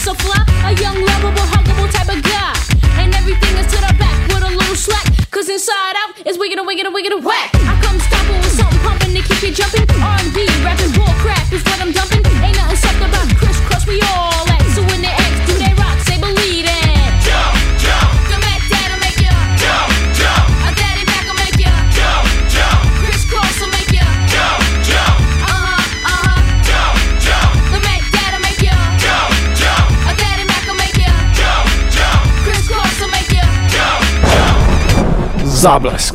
so fly, a young, lovable, huggable type of guy. And everything is to the back with a little slack. Cause inside out is wiggin' and wiggin' and wiggin' and whack. I come stomping with something pumping to keep you jumping. R&B, rapping, bull crap is what I'm dumping. Ain't nothing sucked about crisscross, we all at. So when they ask, do they rock, say believe it. Jump, jump. The Mac Dad'll make you jump, jump. A Daddy Mac will make you jump, jump. Crisscross will make you jump, jump. Jump, jump. The Mac Dad'll make you jump, jump. A Daddy Mac will make you jump, jump. Crisscross will make you jump, jump. Záblesk.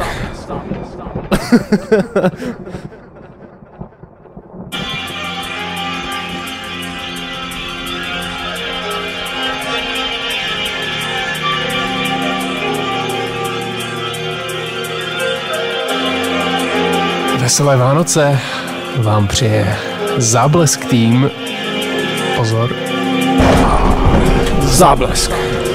Veselé Vánoce vám přeje Záblesk tým. Pozor. Záblesk.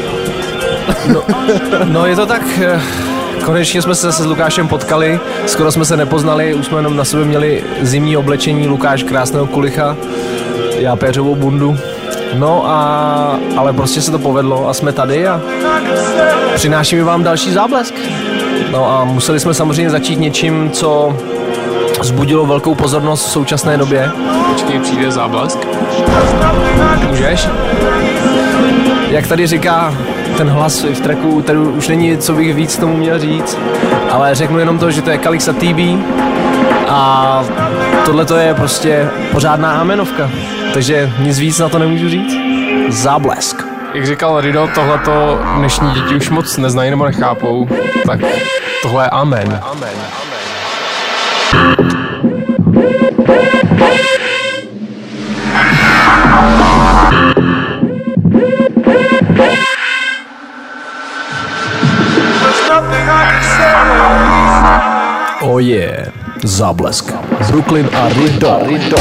No je to tak, konečně jsme se s Lukášem potkali, skoro jsme se nepoznali, už jsme jenom na sobě měli zimní oblečení, Lukáš krásného kulicha, já péřovou bundu. No ale prostě se to povedlo a jsme tady a přinášíme vám další záblesk. No a museli jsme samozřejmě začít něčím, co vzbudilo velkou pozornost v současné době. Počkej, přijde záblesk? Můžeš? Jak tady říká ten hlas v tracku, tady už není, co bych víc tomu měl říct, ale řeknu jenom to, že to je Kalixa TB a tohle to je prostě pořádná amenovka, takže nic víc na to nemůžu říct. Záblesk. Jak říkal Rido, tohleto dnešní děti už moc neznají nebo nechápou, tak tohle je amen. Oh yeah, Záblesk. Brooklyn a Rido.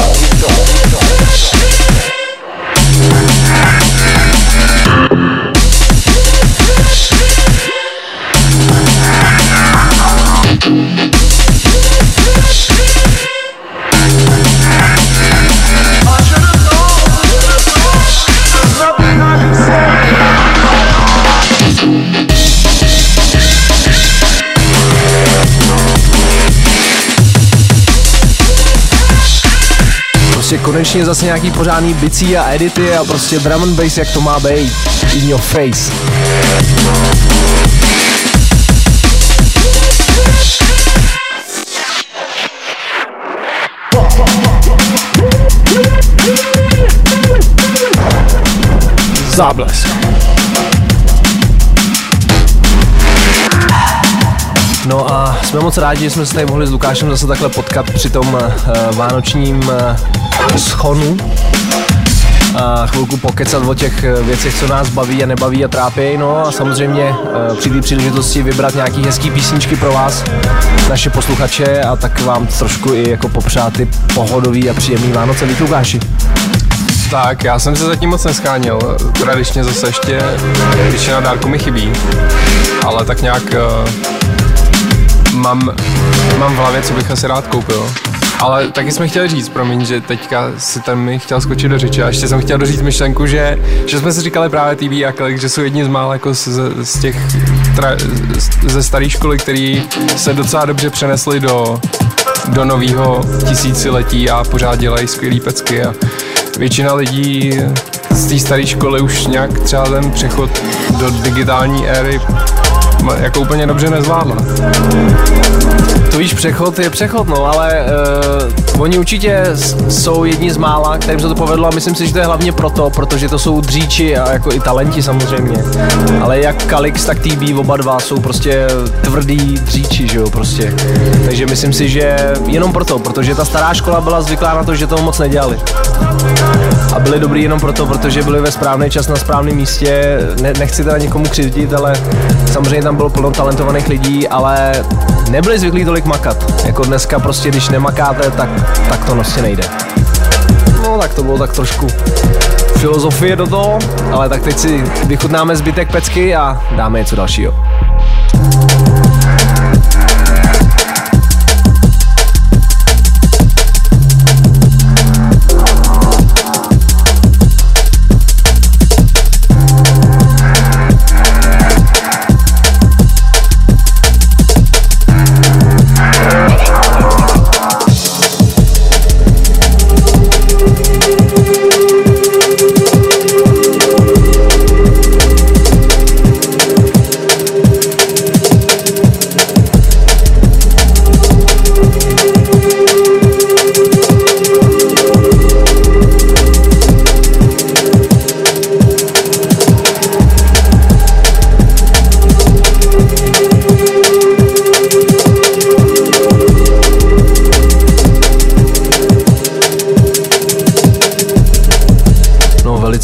Prostě konečně zase nějaký pořádný bicí a edity a prostě drum and bass, jak to má být. In your face. Záblesk. No a jsme moc rádi, že jsme se tady mohli s Lukášem zase takhle potkat při tom vánočním schonu a chvilku pokecat o těch věcech, co nás baví a nebaví a trápí. No a samozřejmě při té příležitosti vybrat nějaký hezký písničky pro vás, naše posluchače, a tak vám trošku i jako popřát ty pohodový a příjemný Vánoce. Víš, Lukáši? Tak, já jsem se zatím moc nescháněl. Tradičně zase ještě většina dárku mi chybí, ale tak nějak mám v hlavě, co bych asi rád koupil. Ale taky jsme chtěli říct, promiň, že teďka si tam mi chtěl skočit do řeči a ještě jsem chtěl doříct myšlenku, že jsme si říkali právě TV a Klik, že jsou jedni z mála jako z těch ze staré školy, který se docela dobře přenesli do nového tisíciletí a pořád dělají skvělý pecky a většina lidí z té staré školy už nějak třeba ten přechod do digitální éry jako úplně dobře nezvládla. To víš, přechod je přechod, no, ale oni určitě jsou jedni z mála, kterým se to povedlo, a myslím si, že to je hlavně proto, protože to jsou dříči a jako i talenti samozřejmě. Ale jak Kalix, tak TB, oba dva jsou prostě tvrdý dříči, že jo, prostě. Takže myslím si, že jenom proto, protože ta stará škola byla zvyklá na to, že toho moc nedělali. A byli dobrý jenom proto, protože byli ve správný čas na správném místě. Nechci teda někomu křivdit, ale samozřejmě tam bylo plno talentovaných lidí, ale nebyli zvyklí tolik makat. Jako dneska prostě, když nemakáte, tak to prostě nejde. No tak to bylo tak trošku filozofie do toho, ale tak teď si vychutnáme zbytek pecky a dáme něco dalšího.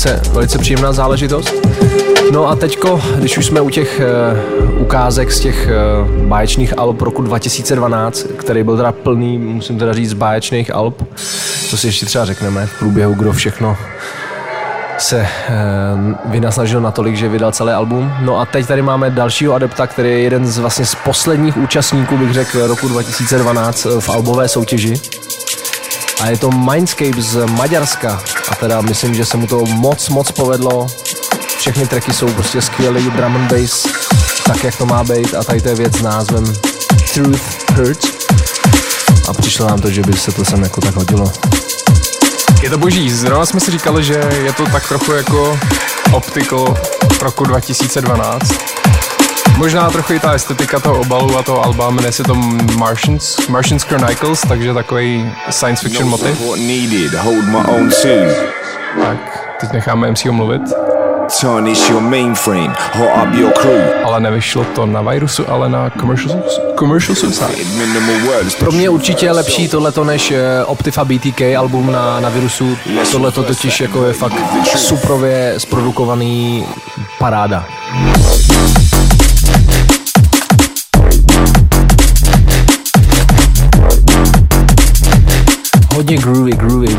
velice příjemná záležitost. No a teďko, když už jsme u těch ukázek z těch báječných alb roku 2012, který byl teda plný, musím teda říct, báječných alb, to si ještě třeba řekneme v průběhu, kdo všechno se vynasnažil natolik, že vydal celý album. No a teď tady máme dalšího adepta, který je jeden z vlastně z posledních účastníků, bych řekl, roku 2012 v albové soutěži. A je to Mindscape z Maďarska. A teda myslím, že se mu to moc povedlo. Všechny tracky jsou prostě skvělý drum and bass, tak jak to má být. A tady to je věc s názvem Truth Hurts. A přišlo nám to, že by se to sem jako tak hodilo. Je to boží, zrovna jsme si říkali, že je to tak trochu jako Optical roku 2012. Možná trochu i ta estetika toho obalu a toho alba, jmenuje se to Martians Chronicles, takže takový science fiction motiv. Tak, teď necháme MCho mluvit. Ale nevyšlo to na Virusu, ale na Commercial Suicide. Pro mě určitě je lepší tohleto než Optifa BTK album na Virusu. Tohleto totiž jako je fakt suprově zprodukovaný paráda. Hodně groovy.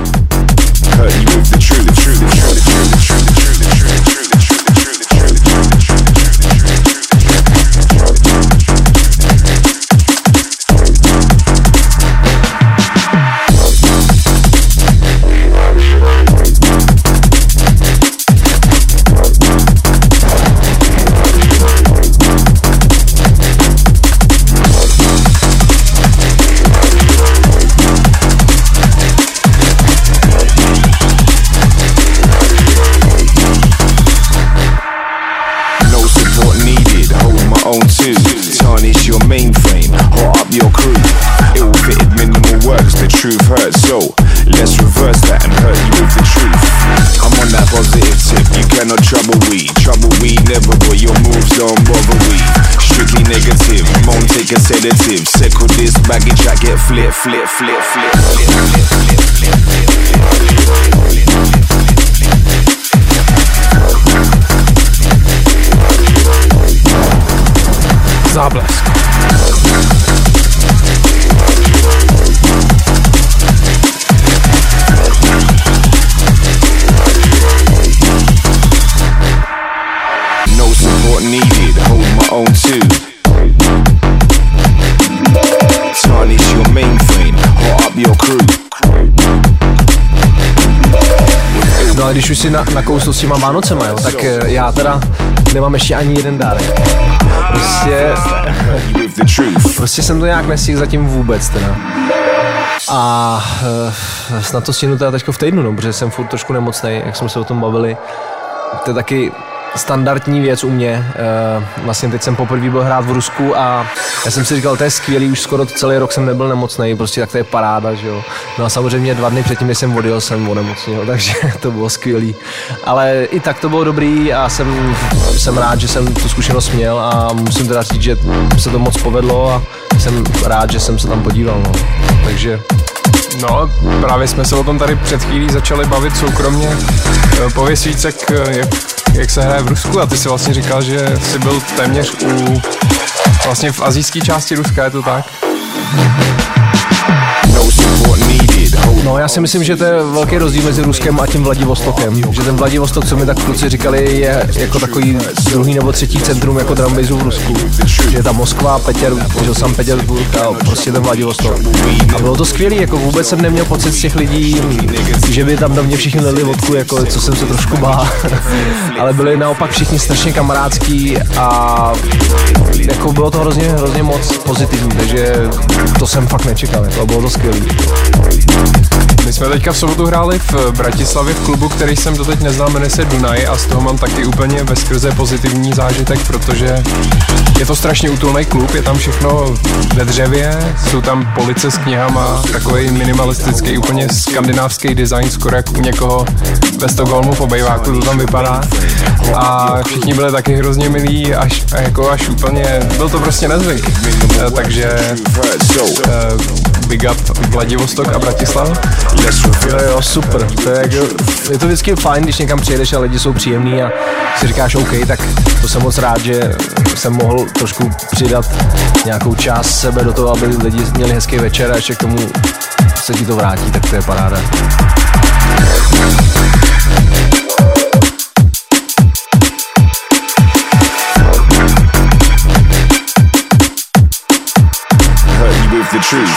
Tarnish your mainframe, hot up your crew. Ill-fitted minimal words, the truth hurts, so let's reverse that and hurt you with the truth. I'm on that positive tip, you cannot trouble we never, but your moves don't bother we. Strictly negative, moan take a sedative. Second this baggage, I get flip. Záblesk. No support needed, hold my own too. Tarnish your mainframe, hot up your crew. No a když už si nakousl s těma Vánocema, jo, tak já teda nemám ještě ani jeden dárek. Prostě jsem to nějak nestihl zatím vůbec teda. A snad to stihnu teda teďko v týdnu, no, protože jsem furt trošku nemocnej, jak jsme se o tom bavili. To je taky standardní věc u mě. Vlastně teď jsem poprvé byl hrát v Rusku a já jsem si říkal, to je skvělý, už skoro celý rok jsem nebyl nemocnej, prostě tak to je paráda, že jo. No a samozřejmě 2 dny předtím, než jsem odjel, jsem onemocněl, takže to bylo skvělý. Ale i tak to bylo dobrý a jsem rád, že jsem tu zkušenost měl a musím teda říct, že se to moc povedlo a jsem rád, že jsem se tam podíval, no. Takže... No, právě jsme se o tom tady před chvílí začali bavit soukromně. Pověz víc, jak se hraje v Rusku a ty si vlastně říkal, že jsi byl téměř vlastně v asijské části Ruska, je to tak? No, já si myslím, že to je velký rozdíl mezi Ruskem a tím Vladivostokem. Že ten Vladivostok, co mi tak kluci říkali, je jako takový druhý nebo třetí centrum jako drumbassu v Rusku. Že je tam Moskva, San Petersburg a prostě ten Vladivostok. A bylo to skvělý, jako vůbec jsem neměl pocit z těch lidí, že by tam do mě všichni lili vodku, jako co jsem se trošku bál. Ale byli naopak všichni strašně kamarádský a jako bylo to hrozně moc pozitivní, takže to jsem fakt nečekal, jako bylo to skvělý. My jsme teďka v sobotu hráli v Bratislavě v klubu, který jsem doteď neznal, jmenuje se Dunaj a z toho mám taky úplně veskrze pozitivní zážitek, protože je to strašně útulný klub, je tam všechno ve dřevě, jsou tam police s knihama, takový minimalistický, úplně skandinávský design, skoro jak u někoho ve Stockholmu po bejváku to tam vypadá a všichni byli taky hrozně milí až úplně, byl to prostě nezvyk, takže big up Vladivostok a Bratislava. let's reverse. Jo, super. Je to vždycky fajn, když někam přijedeš a lidi jsou příjemní a si říkáš OK, tak to jsem moc rád, že jsem mohl trošku přidat nějakou část sebe do toho, aby lidi měli hezký večer a ještě k tomu se ti to vrátí, tak to je paráda. Hurt you with the truth.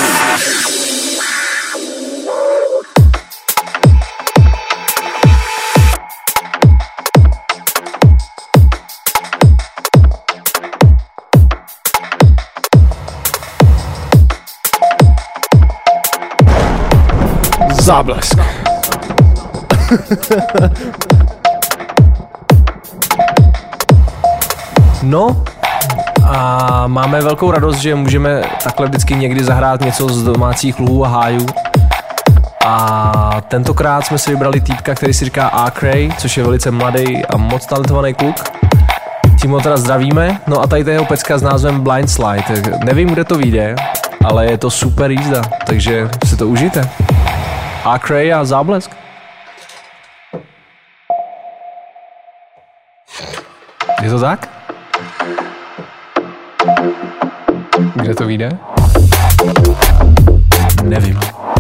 Záblesk. No a máme velkou radost, že můžeme takhle vždycky někdy zahrát něco z domácích luhů a hájů. A tentokrát jsme si vybrali týpka, který si říká Acray, což je velice mladý a moc talentovaný kluk. Tím ho teda zdravíme. No a tady to je jeho pecka s názvem Blind Slide. Nevím, kde to vyjde, ale je to super jízda, takže si to užijte. Acray a Záblesk. Je to tak? Kde to vyjde? Nevím.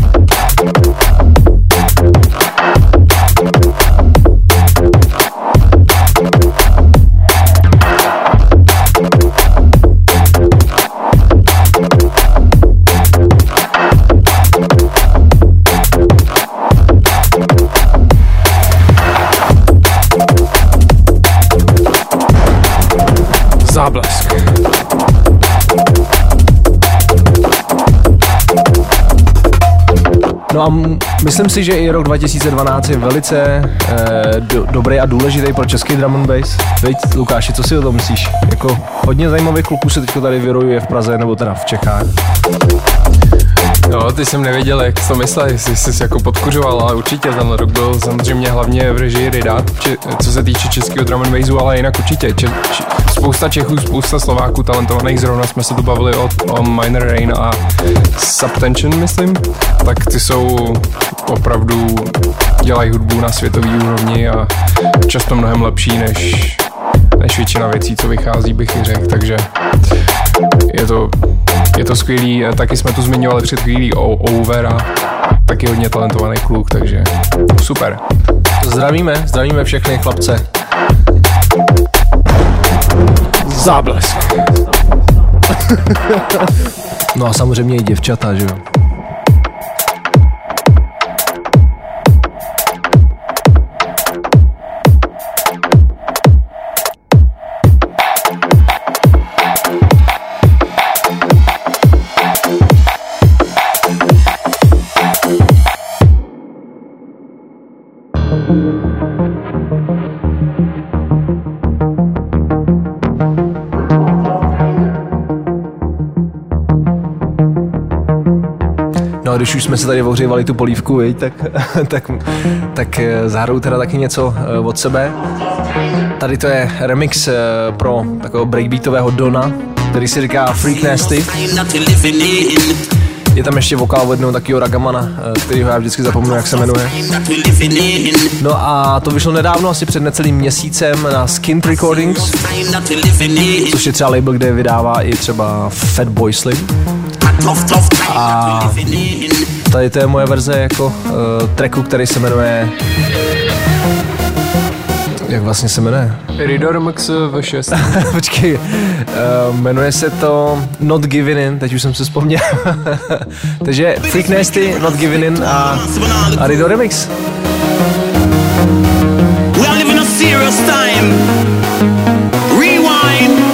Záblesk. No a myslím si, že i rok 2012 je velice dobrý a důležitý pro český drum and bass. Veď, Lukáši, co si o tom myslíš? Jako hodně zajímavých kluků se teďko tady vyrojuje v Praze nebo teda v Čechách. No, ty jsem nevěděl, jak jsi to myslel, jestli jsi jako podkuřoval, ale určitě tenhle rok byl samozřejmě hlavně v režii Rida, co se týče českého drum and bassu, ale jinak určitě. Spousta Čechů, spousta Slováků talentovaných, zrovna jsme se tu bavili o Minor Rain a Subtension, myslím, tak ty jsou opravdu, dělají hudbu na světový úrovni a často mnohem lepší než většina věcí, co vychází, bych i řekl, takže je to skvělý, taky jsme tu zmiňovali před chvílí o Over a taky hodně talentovaný kluk, takže super. Zdravíme všechny chlapce. Záblesk. No a samozřejmě i děvčata, že jo. No a když už jsme se tady ohřívali tu polívku, viď, tak zahraju teda taky něco od sebe. Tady to je remix pro takového breakbeatového Dona, který si říká Freak Nasty. Je tam ještě vokál od jednoho takového ragamana, kterýho já vždycky zapomenu, jak se jmenuje. No a to vyšlo nedávno, asi před necelým měsícem na Skint Recordings, což je třeba label, kde vydává i třeba Fatboy Slim. A tady to je moje verze jako tracku, který se jmenuje... Jak vlastně se jmenuje? Rida Remix V6. Počkej, jmenuje se to Not Giving In, teď už jsem se vzpomněl. Takže Freak Nasty, Not Giving In a Rido Remix. We are living a serious time. Rewind.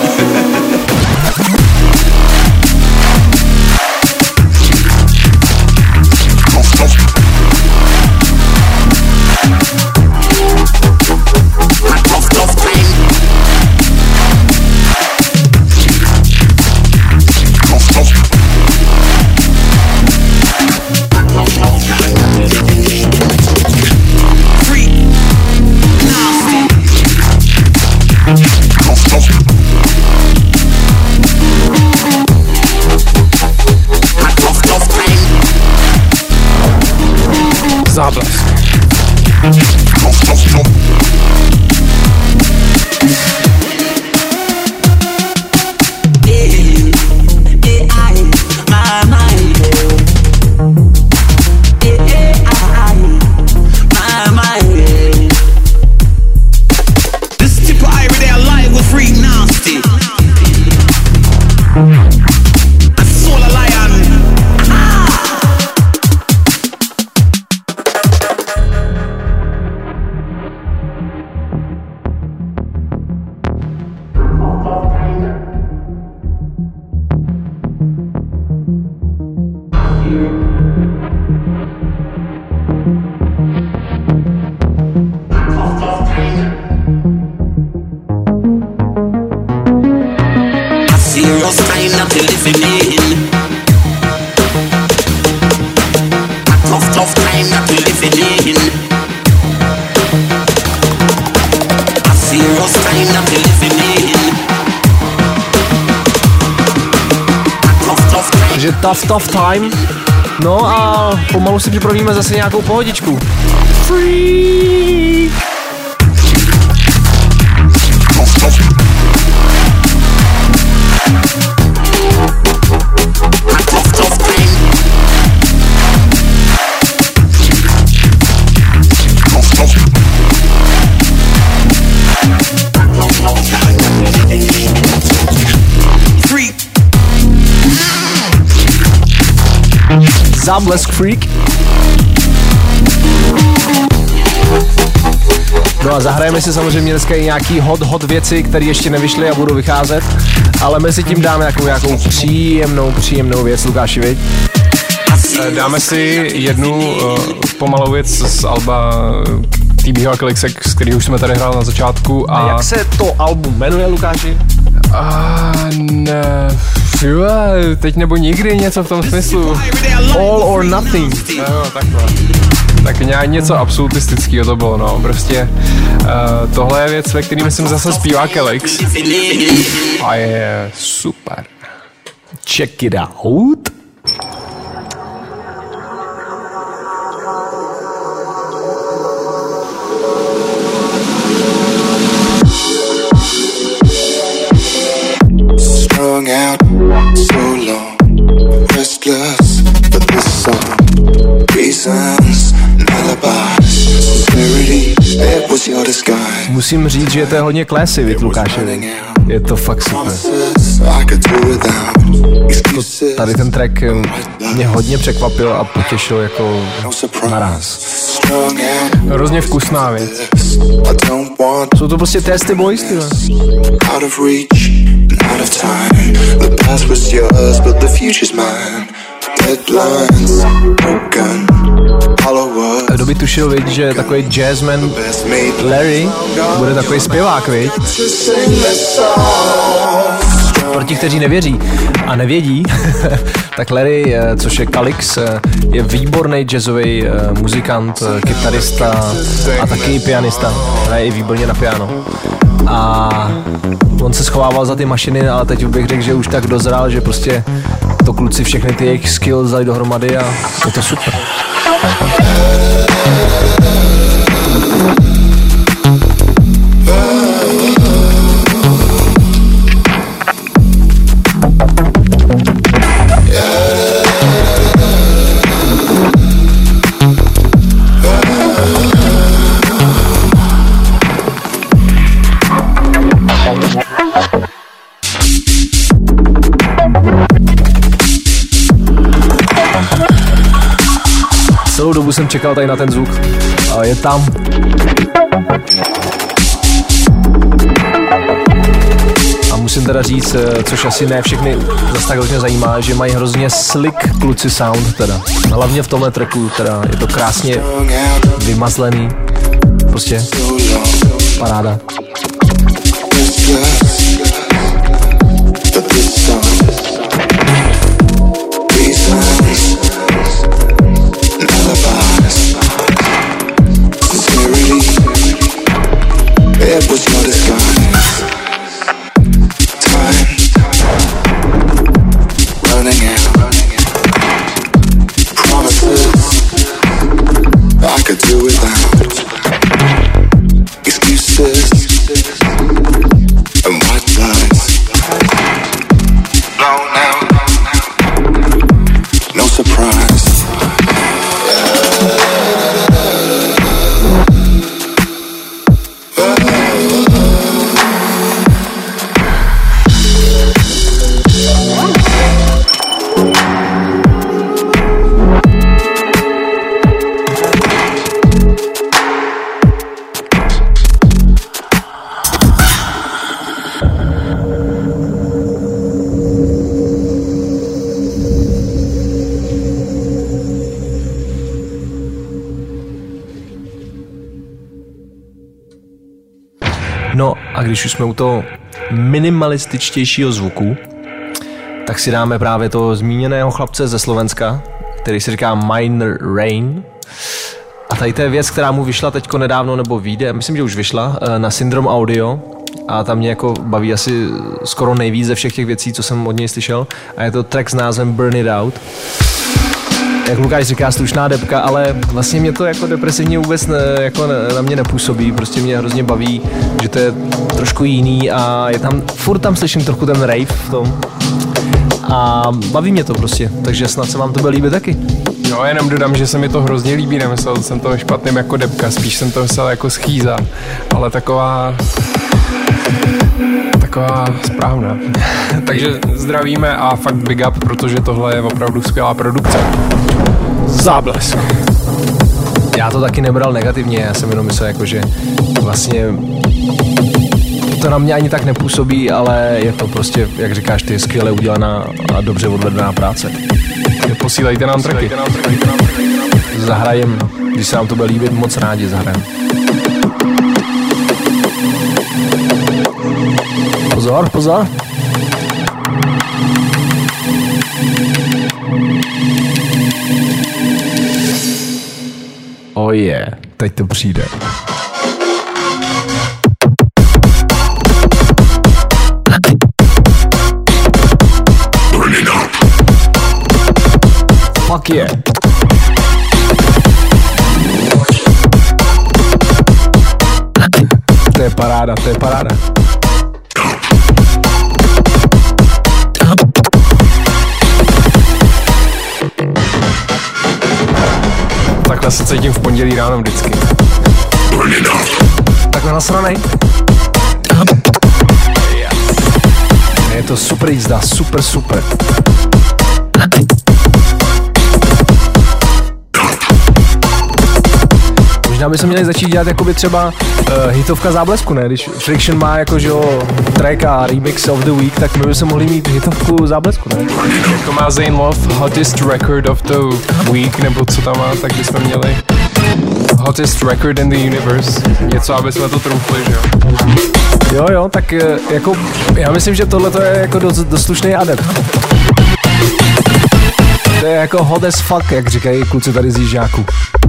that you're living in. Tough time that you're living in. A serious time that you're living in. Takže tough time. No a pomalu si připravíme zase nějakou pohodičku. Freak. Záblesk freak. No a zahrajeme si samozřejmě dneska i nějaký hot věci, které ještě nevyšly a budou vycházet, ale mezi tím dáme takovou nějakou příjemnou věc, Lukáši, viď? Dáme si jednu pomalou věc z alba TBho a Kelixek, z kterého už jsme tady hráli na začátku. A jak se to album jmenuje, Lukáši? Ne, teď nebo nikdy, něco v tom smyslu. All or Nothing. No, takhle. Tak nějak něco absolutistického to bylo, no, prostě tohle je věc, ve který myslím zase zpívá Kelix a je super. Check it out. Strung out so long, restless for this song. Reasons, alibis, sincerity, it was your disguise. Musím říct, že to je hodně classy, viď, Lukáši. Je to fakt super. Tady ten track mě hodně překvapil a potěšil jako naraz. Hrozně vkusná věc. Jsou to prostě Testy Boys, tyhle. Out of reach, out of time. The past was yours, but the future's mine. Deadlines, broken, hollow. Kdo by tušil, viď, že takový jazzman Larry bude takový zpěvák, viď? Pro ti, kteří nevěří a nevědí, tak Larry, což je Kelix, je výborný jazzový muzikant, kytarista a taky pianista. Hraje i výborně na piano. A on se schovával za ty mašiny, ale teď bych řekl, že už tak dozrál, že prostě to kluci všechny ty jejich skills dali dohromady a je to super. Celou dobu jsem čekal tady na ten zvuk a je tam. A musím teda říct, což asi ne všechny zase tak hodně zajímá, že mají hrozně slick kluci sound teda. Hlavně v tomhle tracku teda je to krásně vymazlený. Prostě paráda. It was your disguise. Time running out. Promises I could do without. Excuses and white lies. Blown out. No surprise. No a když už jsme u toho minimalističtějšího zvuku, tak si dáme právě toho zmíněného chlapce ze Slovenska, který se říká Minor Rain. A tady to je věc, která mu vyšla teďko nedávno, nebo vyjde, myslím, že už vyšla, na Syndrome Audio. A tam mě jako baví asi skoro nejvíc ze všech těch věcí, co jsem od něj slyšel. A je to track s názvem Burn It Out. Jak Lukáš říká, slušná debka, ale vlastně mě to jako depresivně vůbec na mě nepůsobí. Prostě mě hrozně baví, že to je trošku jiný a je tam, furt tam slyším trochu ten rave v tom. A baví mě to prostě, takže snad se vám to bude líbit taky. No, jenom dodám, že se mi to hrozně líbí, nemyslel jsem to špatným jako debka, spíš jsem to myslel jako schýza, ale taková správná. Takže zdravíme a fakt big up, protože tohle je opravdu skvělá produkce. Záblesk. Já to taky nebral negativně, já jsem jenom myslel jako, že vlastně to na mě ani tak nepůsobí, ale je to prostě, jak říkáš ty, skvěle udělaná a dobře odvedená práce. Posílejte nám tracky. Zahrajem, když se nám to bude líbit, moc rádi zahrajem. Pozor, pozor. Teď to přijde. Fuck yeah. To je paráda, to je paráda. Takhle se cítím v pondělí ráno vždycky. Takhle nasranej. Je to super jízda, super. Možná bychom měli začít dělat jakoby třeba hitovka záblesku, ne? Když Friction má jako, že jo, track a remix of the week, tak my bychom mohli mít hitovku záblesku, ne? Jako má Zane Love Hottest Record of the Week, nebo co tam má, tak bychom měli Hottest Record in the Universe. Něco, aby jsme to troufli, že jo? Jo, tak jako, já myslím, že tohle to je jako dost slušný adept. To je jako hot as fuck, jak říkají kluci tady z Jižáku.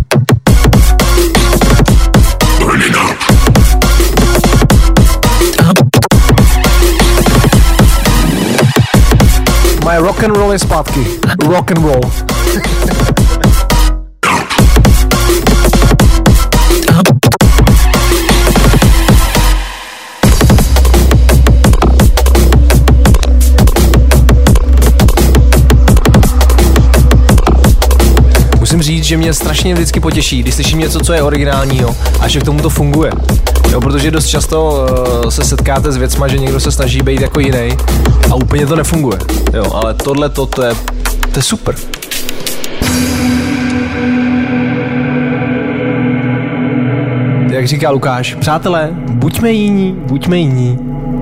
Moje rock and roll je zpátky. Rock and roll. Musím říct, že mě strašně vždycky potěší, když slyším něco, co je originálního a že k tomu to funguje. Jo, protože dost často se setkáte s věcma, že někdo se snaží být jako jiný a úplně to nefunguje. Jo, ale tohle to je super. Jak říká Lukáš, přátelé, buďme jiní.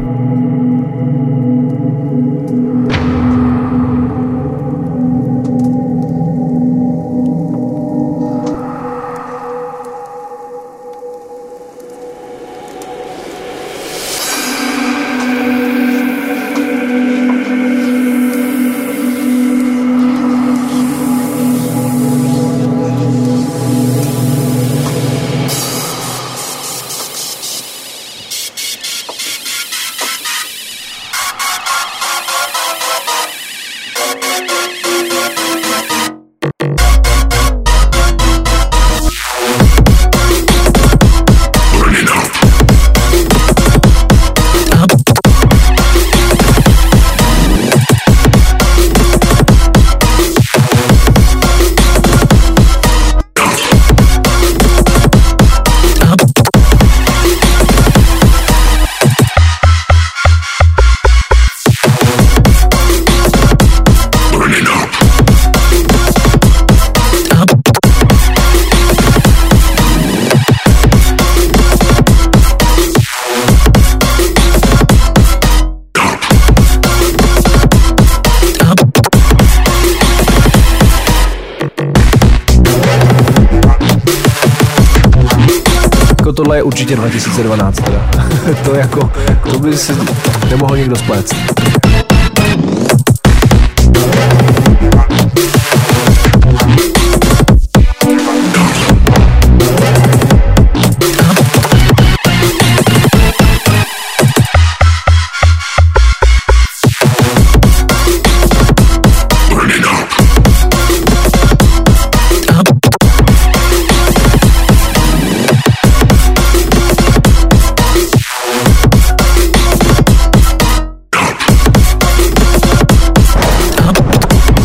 Tohle je určitě 2012 teda. To by si nemohl někdo spléct.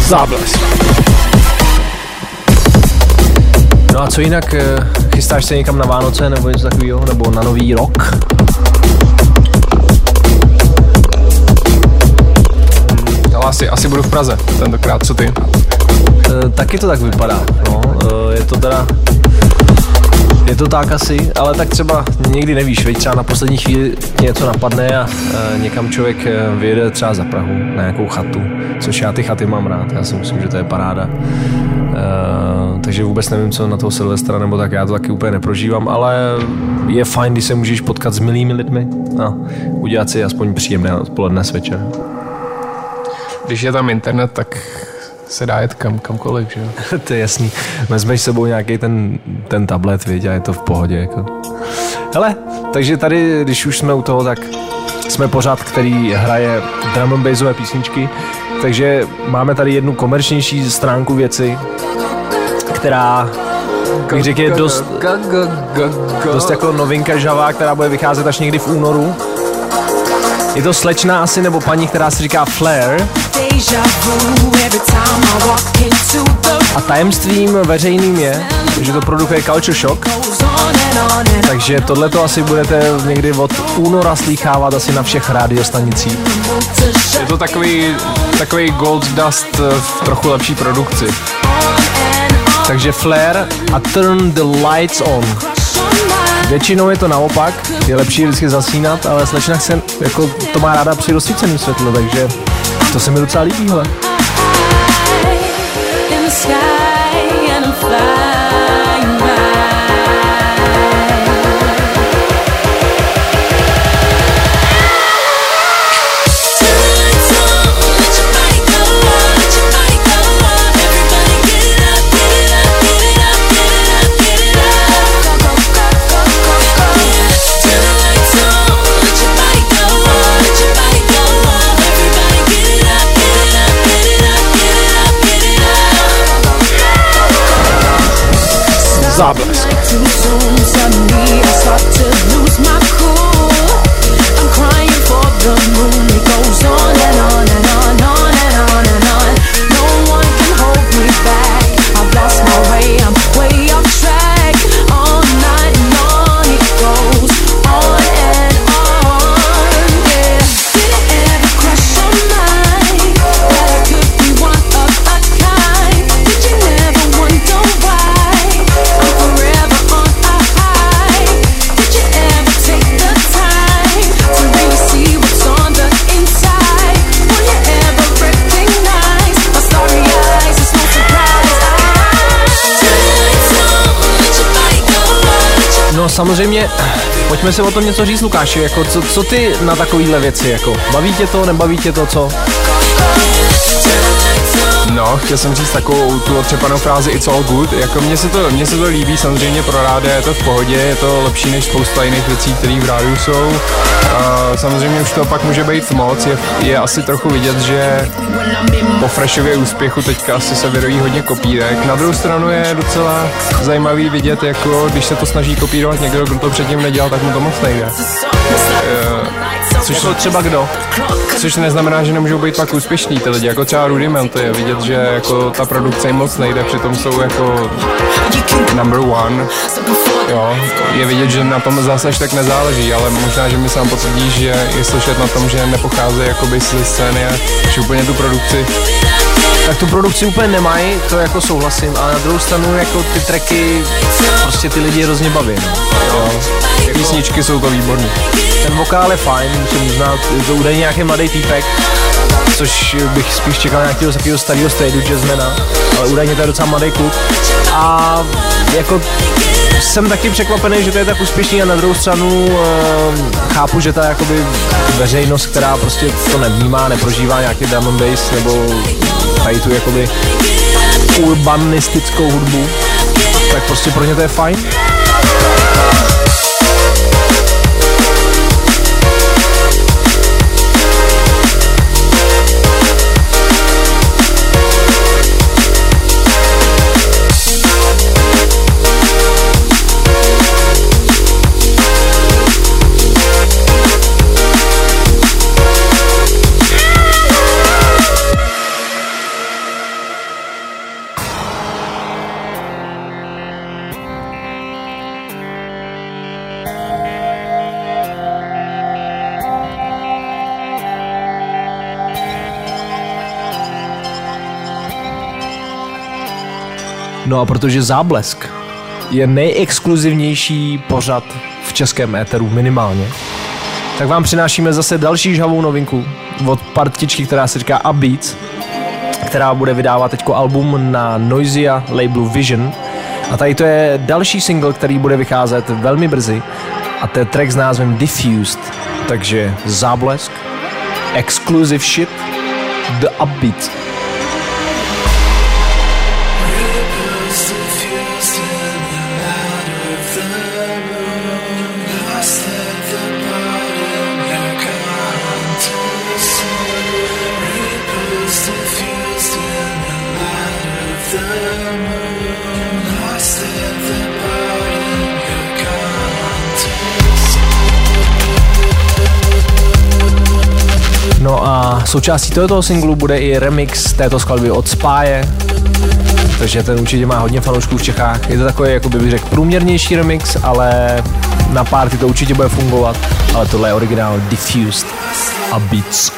Záblesk. No a co jinak, chystáš se někam na Vánoce nebo něco takového, nebo na Nový rok? Ale asi budu v Praze tentokrát, co ty? Taky to tak vypadá, no, je to tak asi, ale tak třeba někdy nevíš, veď třeba na poslední chvíli něco napadne a někam člověk vyjede třeba za Prahu na nějakou chatu, což já ty chaty mám rád, já si myslím, že to je paráda. Takže vůbec nevím, co na toho Silvestra, nebo tak já to taky úplně neprožívám, ale je fajn, když se můžeš potkat s milými lidmi a udělat si aspoň příjemné odpoledne s večerem. Když je tam internet, tak se dá jet kamkoliv, že jo? To je jasný. Vezmeš sebou nějaký ten tablet, viď, a je to v pohodě, jako. Hele, takže tady, když už jsme u toho, tak jsme pořád, který hraje drum and bassové písničky, takže máme tady jednu komerčnější stránku věci, která, bych řekl, je dost jako novinka žavá, která bude vycházet až někdy v únoru. Je to slečna asi, nebo paní, která se říká Flair. A tajemstvím veřejným je, že to produkuje Culture Shock. Takže tohleto asi budete někdy od února slýchávat asi na všech radiostanicích. Je to takový Gold Dust v trochu lepší produkci. Takže Flair a Turn the Lights On. Většinou je to naopak, je lepší vždycky zasínat, ale slečna se jako to má ráda při rozsvíceném světle, takže to se mi docela líbí, hele. Záblesk. No samozřejmě, pojďme si o tom něco říct, Lukáši, jako co ty na takovýhle věci, jako baví tě to, nebaví tě to, co? No, chtěl jsem říct takovou tu otřepanou frázi It's all good, jako mně se to líbí, samozřejmě pro rádia je to v pohodě, je to lepší než spousta jiných věcí, které v rádiu jsou. Samozřejmě už to pak může být moc, je asi trochu vidět, že po Freshově úspěchu teďka asi se vyrojí hodně kopírek. Na druhou stranu je docela zajímavý vidět, jako když se to snaží kopírovat někdo, kdo to předtím nedělal, tak mu to moc nejde. Což třeba kdo? Což neznamená, že nemůžou být pak úspěšní ty lidi, jako třeba Rudiment, je vidět, že jako ta produkce jim moc nejde, přitom jsou jako number one. Jo, je vidět, že na tom zase až tak nezáleží, ale možná, že mi sám potvrdí, že je slyšet na tom, že nepocházejí jakoby ze scény a že úplně tu produkci. Tak tu produkci úplně nemají, to jako souhlasím, ale na druhou stranu jako ty tracky prostě ty lidi hrozně baví, no. Jo, písničky jsou to výborný. Ten vokál je fajn, musím uznat, to údajně nějaký mladý týpek, což bych spíš čekal nějakého takového starého straightu jazzmana, ale údajně to je docela mladý kluk. A jako jsem taky překvapený, že to je tak úspěšný a na druhou stranu chápu, že ta jakoby veřejnost, která prostě to nevnímá, neprožívá nějaký drum and bass nebo tady tu jakoby urbanistickou hudbu, tak prostě pro ně to je fajn. No a protože Záblesk je nejexkluzivnější pořad v českém éteru minimálně, tak vám přinášíme zase další žhavou novinku od partičky, která se říká Upbeats, která bude vydávat teďko album na Noisia labelu Vision. A tady to je další single, který bude vycházet velmi brzy. A to je track s názvem Diffused. Takže Záblesk, exclusive shit, The Upbeats. No a součástí tohoto singlu bude i remix této skladby od Spáje, takže ten určitě má hodně fanoušků v Čechách. Je to takový, jako bych řekl, průměrnější remix, ale na party to určitě bude fungovat, ale tohle je originál Diffused a Beats.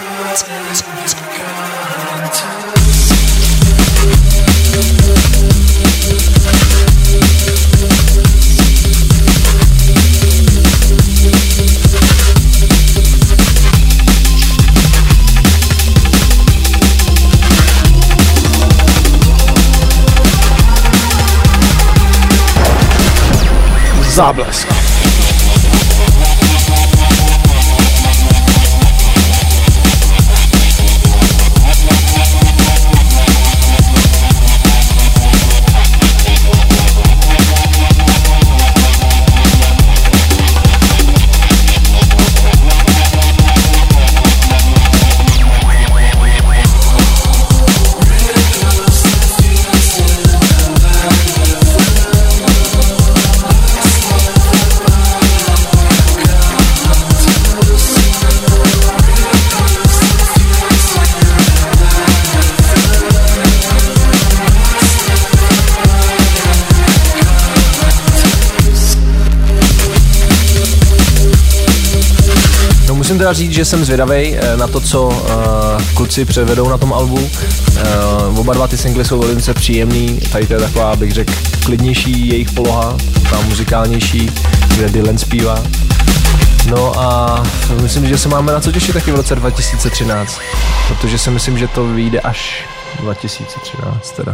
Záblesk. Musím teda říct, že jsem zvědavej na to, co kluci předvedou na tom albu. Oba dva ty singly jsou velice příjemný, tady to je taková, bych řekl, klidnější jejich poloha, ta muzikálnější, kde Dylan zpívá. No a myslím, že se máme na co těšit taky v roce 2013, protože si myslím, že to vyjde až 2013 teda.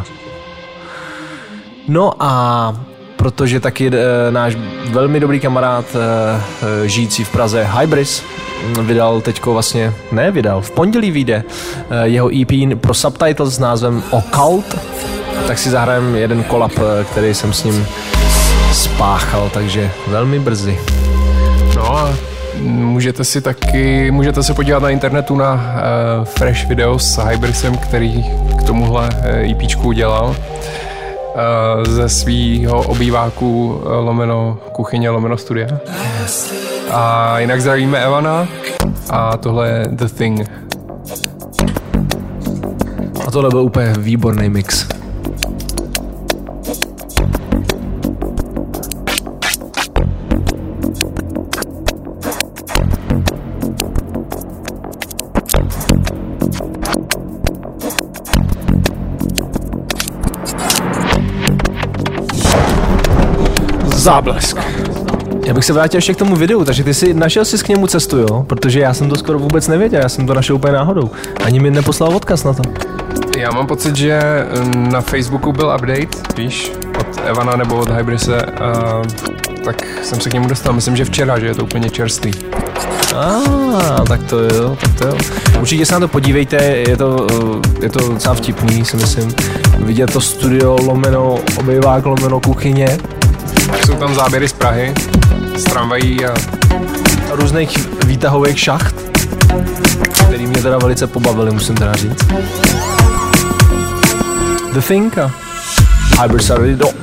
No a protože taky náš velmi dobrý kamarád žijící v Praze Hybris vydal teďko vlastně, v pondělí vyjde jeho EP pro Subtitles s názvem Occult, tak si zahrajeme jeden kolab, který jsem s ním spáchal, takže velmi brzy. No a můžete se podívat na internetu na Fresh Videos s Hybrisem, který k tomuhle EPčku udělal. Ze svýho obýváku lomeno kuchyně lomeno studia. A jinak zdravíme Evana a tohle je The Thing. A tohle byl úplně výborný mix. Záblesk. Já bych se vrátil ještě k tomu videu, takže ty našel jsi k němu cestu, jo? Protože já jsem to skoro vůbec nevěděl, já jsem to našel úplně náhodou. Ani mi neposlal odkaz na to. Já mám pocit, že na Facebooku byl update, víš, od Evana nebo od Hybrise, tak jsem se k němu dostal, myslím, že včera, že je to úplně čerstvý. Tak to jo. Určitě se na to podívejte, je to docela vtipný, si myslím. Vidět to studio lomeno obývák lomeno kuchyně. Jsou tam záběry z Prahy, z tramvají a různých výtahových šacht, který mě teda velice pobavili, musím teda říct. The Thing a Hybris already do.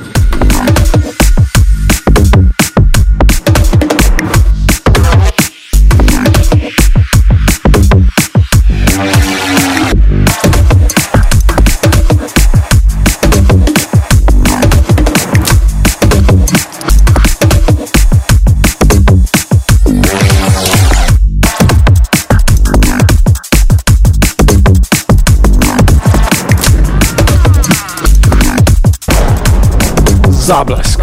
Záblesk.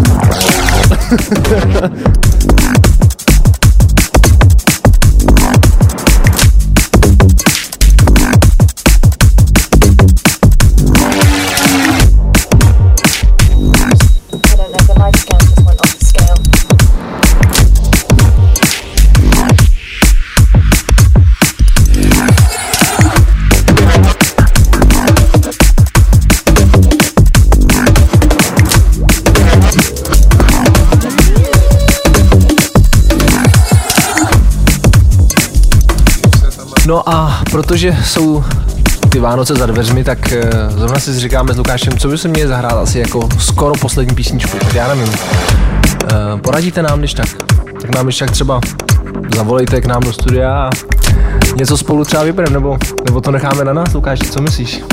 No a protože jsou ty Vánoce za dveřmi, tak zrovna si říkáme s Lukášem, co by se měli zahrát asi jako skoro poslední písničku, tak já nevím. Poradíte nám když tak? Tak nám když tak třeba zavolejte k nám do studia a něco spolu třeba vybereme, nebo to necháme na nás, Lukáši, co myslíš?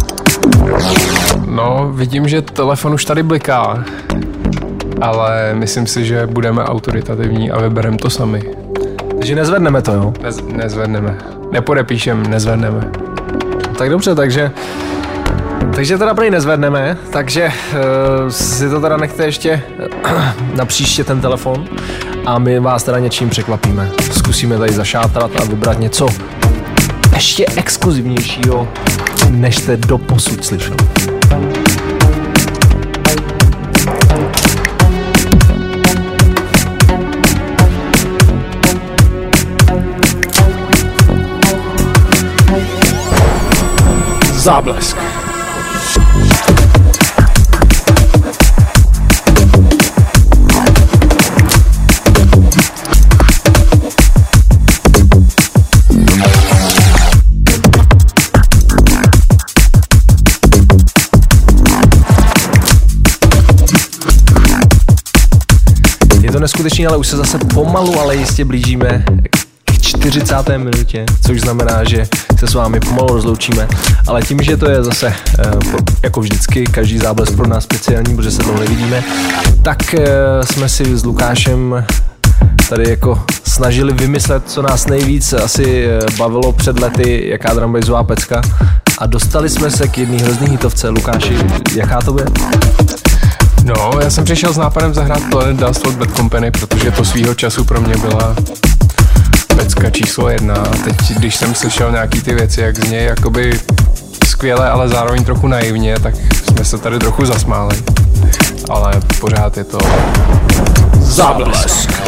No, vidím, že telefon už tady bliká, ale myslím si, že budeme autoritativní a vybereme to sami. Takže nezvedneme to, jo? Nezvedneme. Nepodepíšem, nezvedneme. Tak dobře, takže teda prý nezvedneme, takže si to teda nechte ještě na příště ten telefon a my vás teda něčím překvapíme. Zkusíme tady zašátrat a vybrat něco ještě exkluzivnějšího, než jste doposud slyšeli. Záblesk. Je to neskutečný, ale už se zase pomalu, ale jistě blížíme k 40. minutě, což znamená, že se s vámi pomalu rozloučíme, ale tím, že to je zase jako vždycky každý záblesk pro nás speciální, protože se dlouho nevidíme, tak jsme si s Lukášem tady jako snažili vymyslet, co nás nejvíc asi bavilo před lety, jaká drumbassová pecka, a dostali jsme se k jedné hrozný hitovce. Lukáši, jaká to bude? No, já jsem přišel s nápadem zahrát Planet Dust od Bad Company, protože to svýho času pro mě byla pecka číslo 1. Teď, když jsem slyšel nějaký ty věci, jak znějí jakoby skvěle, ale zároveň trochu naivně, tak jsme se tady trochu zasmáli. Ale pořád je to záblesk.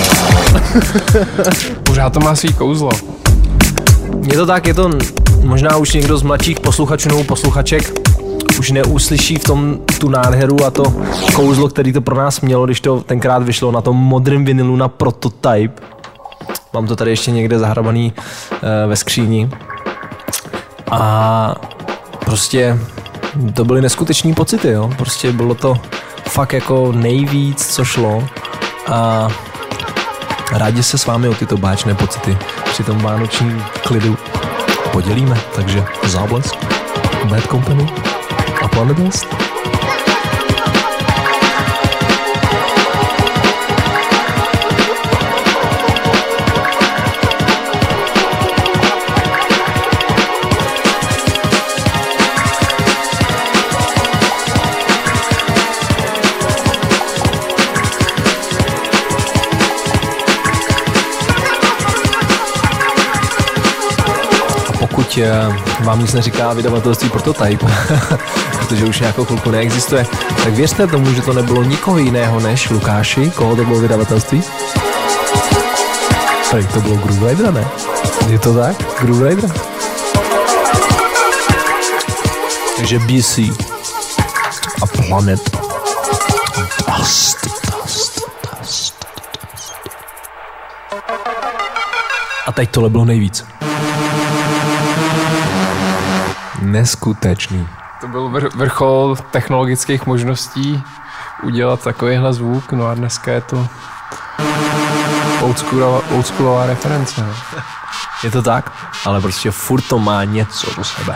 Pořád to má svý kouzlo. Je to tak, je to možná už někdo z mladších posluchačů nebo posluchaček už neuslyší v tom tu nádheru a to kouzlo, který to pro nás mělo, když to tenkrát vyšlo na tom modrém vinilu na Prototype. Mám to tady ještě někde zahrabaný ve skříni. A prostě to byly neskuteční pocity, jo. Prostě bylo to fakt jako nejvíc, co šlo. A rádi se s vámi o tyto báječné pocity při tom vánočním klidu podělíme. Takže Záblesk, Bad Company a Planet Dust. Pokud vám nic neříká vydavatelství Prototype, protože už nějakou chvilku neexistuje, tak věřte tomu, že to nebylo nikoho jiného než Lukáši. Koho to bylo vydavatelství? Prý to bylo Groove Rider, ne? Je to tak? Groove Rider? Takže BC a Planet Dust. A teď tohle bylo nejvíc. Neskutečný. To byl vrchol technologických možností udělat takovýhle zvuk, no a dneska je to oldschoolová reference. Ne? Je to tak, ale prostě furt to má něco do sebe.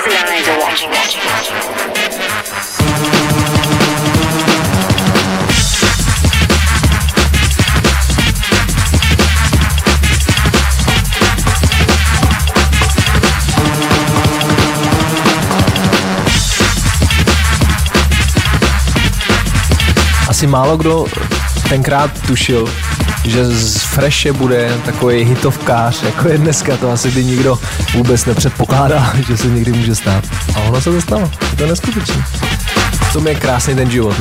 Asi málo kdo tenkrát tušil, že z Freshe bude takový hitovkář, jako je dneska. To asi by nikdo vůbec nepředpokládal, že se někdy může stát. A ono se to stalo. Je to neskutečné. To je krásný ten život, no.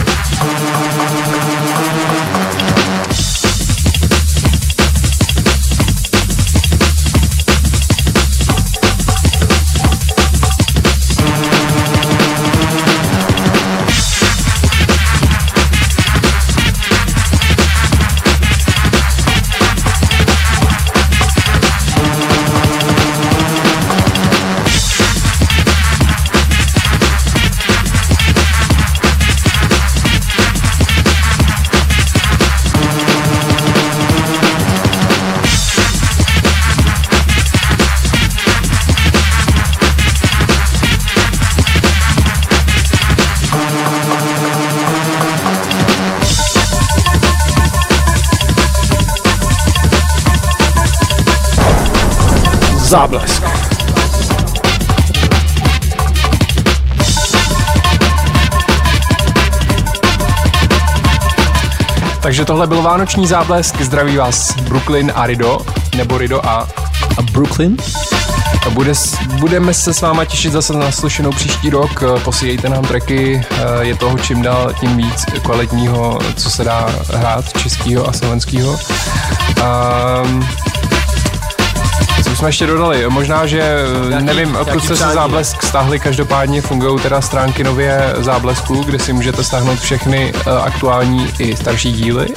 Záblesk. Takže tohle byl vánoční záblesk, zdraví vás Brooklyn a Rido, nebo Rido a Brooklyn? Budeme se s váma těšit zase na naslyšenou příští rok, posílejte nám tracky, je toho čím dál tím víc kvalitního, co se dá hrát, českýho a slovenskýho. Co jsme ještě dodali? Možná, že nevím, odkud jste se Záblesk stáhli, každopádně fungují teda stránky nově Záblesku, kde si můžete stáhnout všechny aktuální i starší díly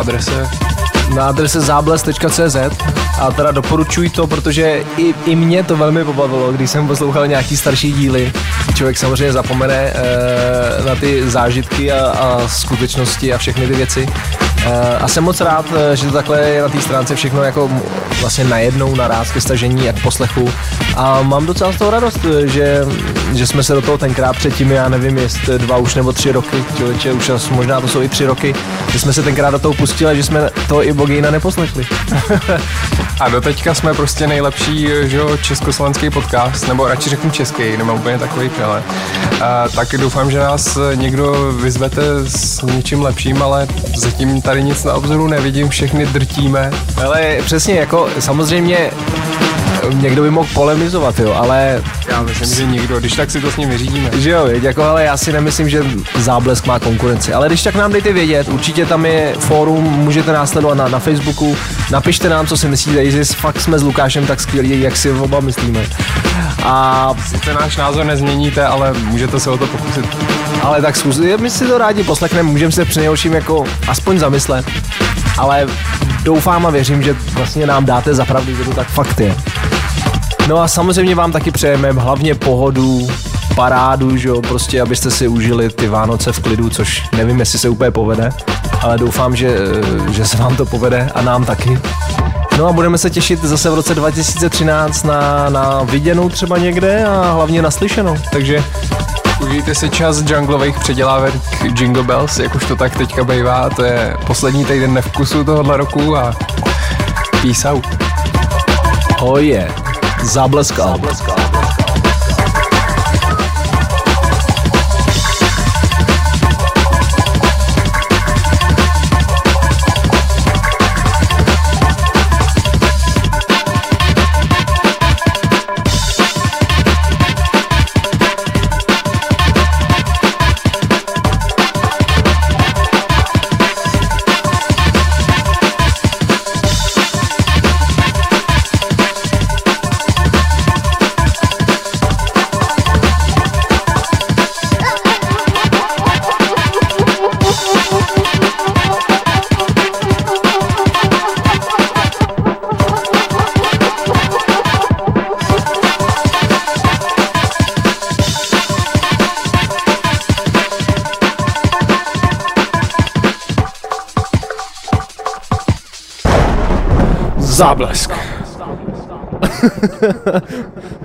na adrese záblesk.cz a teda doporučuji to, protože i mě to velmi pobavilo, když jsem poslouchal nějaký starší díly. Člověk samozřejmě zapomene na ty zážitky a skutečnosti a všechny ty věci. A jsem moc rád, že to takhle je na té stránce všechno jako vlastně najednou naráz ke stažení a k poslechu. A mám docela z toho radost, že jsme se do toho tenkrát předtím, já nevím, jestli 2 už nebo 3 roky, člověče, už možná to jsou i 3 roky, že jsme se tenkrát do toho pustili, že jsme to i Bogejna neposlechli. A doteďka jsme prostě nejlepší, že jo, československý podcast, nebo radši řeknu český, nemám úplně takový přehled. Tak doufám, že nás někdo vyzvete s něčím lepším, ale zatím tady nic na obzoru nevidím, všechny drtíme. Ale přesně, jako samozřejmě někdo by mohl polemizovat, jo, ale... Já myslím, že nikdo, když tak si to s ním vyřídíme. Že jo, jako, ale já si nemyslím, že Záblesk má konkurenci. Ale když tak nám dejte vědět, určitě tam je fórum, můžete nás sledovat na Facebooku, napište nám, co si myslíte, jestli fakt jsme s Lukášem tak skvělí, jak si oba myslíme. A sice náš názor nezměníte, ale můžete se o to pokusit. Ale tak zkusit, my si to rádi poslechneme, můžeme se přinejmenším jako aspoň zamyslet. Ale doufám a věřím, že vlastně nám dáte za pravdu, že to tak fakt je. No a samozřejmě vám taky přejeme hlavně pohodu, parádu, že jo, prostě abyste si užili ty Vánoce v klidu, což nevím, jestli se úplně povede, ale doufám, že se vám to povede a nám taky. No a budeme se těšit zase v roce 2013 na viděnou třeba někde a hlavně naslyšenou, takže užijte si čas junglových předělávek Jingle Bells, jak už to tak teďka bývá, to je poslední týden nevkusu tohohle roku a peace out. Oh yeah. Záblesk. Záblesk.